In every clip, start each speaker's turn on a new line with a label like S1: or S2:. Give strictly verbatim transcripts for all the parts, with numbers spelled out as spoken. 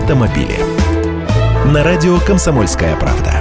S1: автомобили. На радио «Комсомольская правда».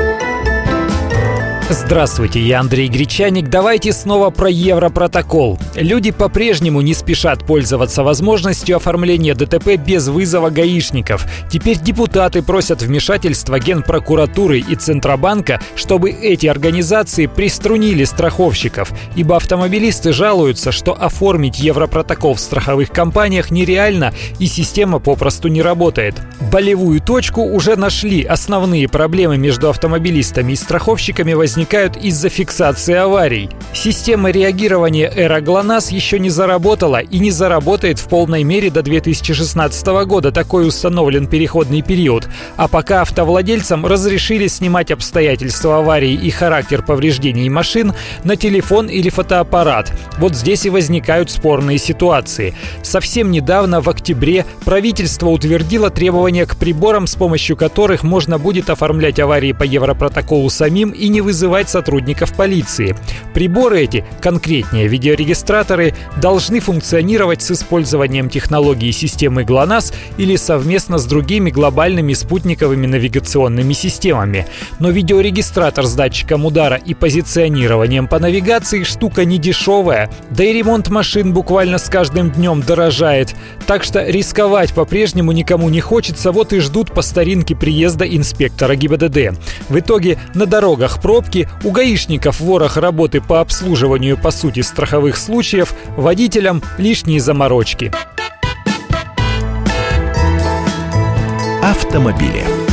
S2: Здравствуйте, я Андрей Гречаник. Давайте снова про Европротокол. Люди по-прежнему не спешат пользоваться возможностью оформления ДТП без вызова гаишников. Теперь депутаты просят вмешательства Генпрокуратуры и Центробанка, чтобы эти организации приструнили страховщиков, ибо автомобилисты жалуются, что оформить Европротокол в страховых компаниях нереально и система попросту не работает. Болевую точку уже нашли. Основные проблемы между автомобилистами и страховщиками возникают возникают из-за фиксации аварий. Система реагирования «Эра ГЛОНАСС» еще не заработала и не заработает в полной мере до две тысячи шестнадцатого года. Такой установлен переходный период. А пока автовладельцам разрешили снимать обстоятельства аварии и характер повреждений машин на телефон или фотоаппарат. Вот здесь и возникают спорные ситуации. Совсем недавно, в октябре, правительство утвердило требования к приборам, с помощью которых можно будет оформлять аварии по Европротоколу самим и не вызывать сотрудников полиции. Приборы эти, конкретнее видеорегистраторы, должны функционировать с использованием технологии системы ГЛОНАСС или совместно с другими глобальными спутниковыми навигационными системами. Но видеорегистратор с датчиком удара и позиционированием по навигации штука не дешевая, да и ремонт машин буквально с каждым днем дорожает. Так что рисковать по-прежнему никому не хочется, вот и ждут по старинке приезда инспектора ГИБДД. В итоге на дорогах пробки, у гаишников ворох работы по обслуживанию по сути страховых случаев, водителям лишние заморочки.
S1: Автомобили.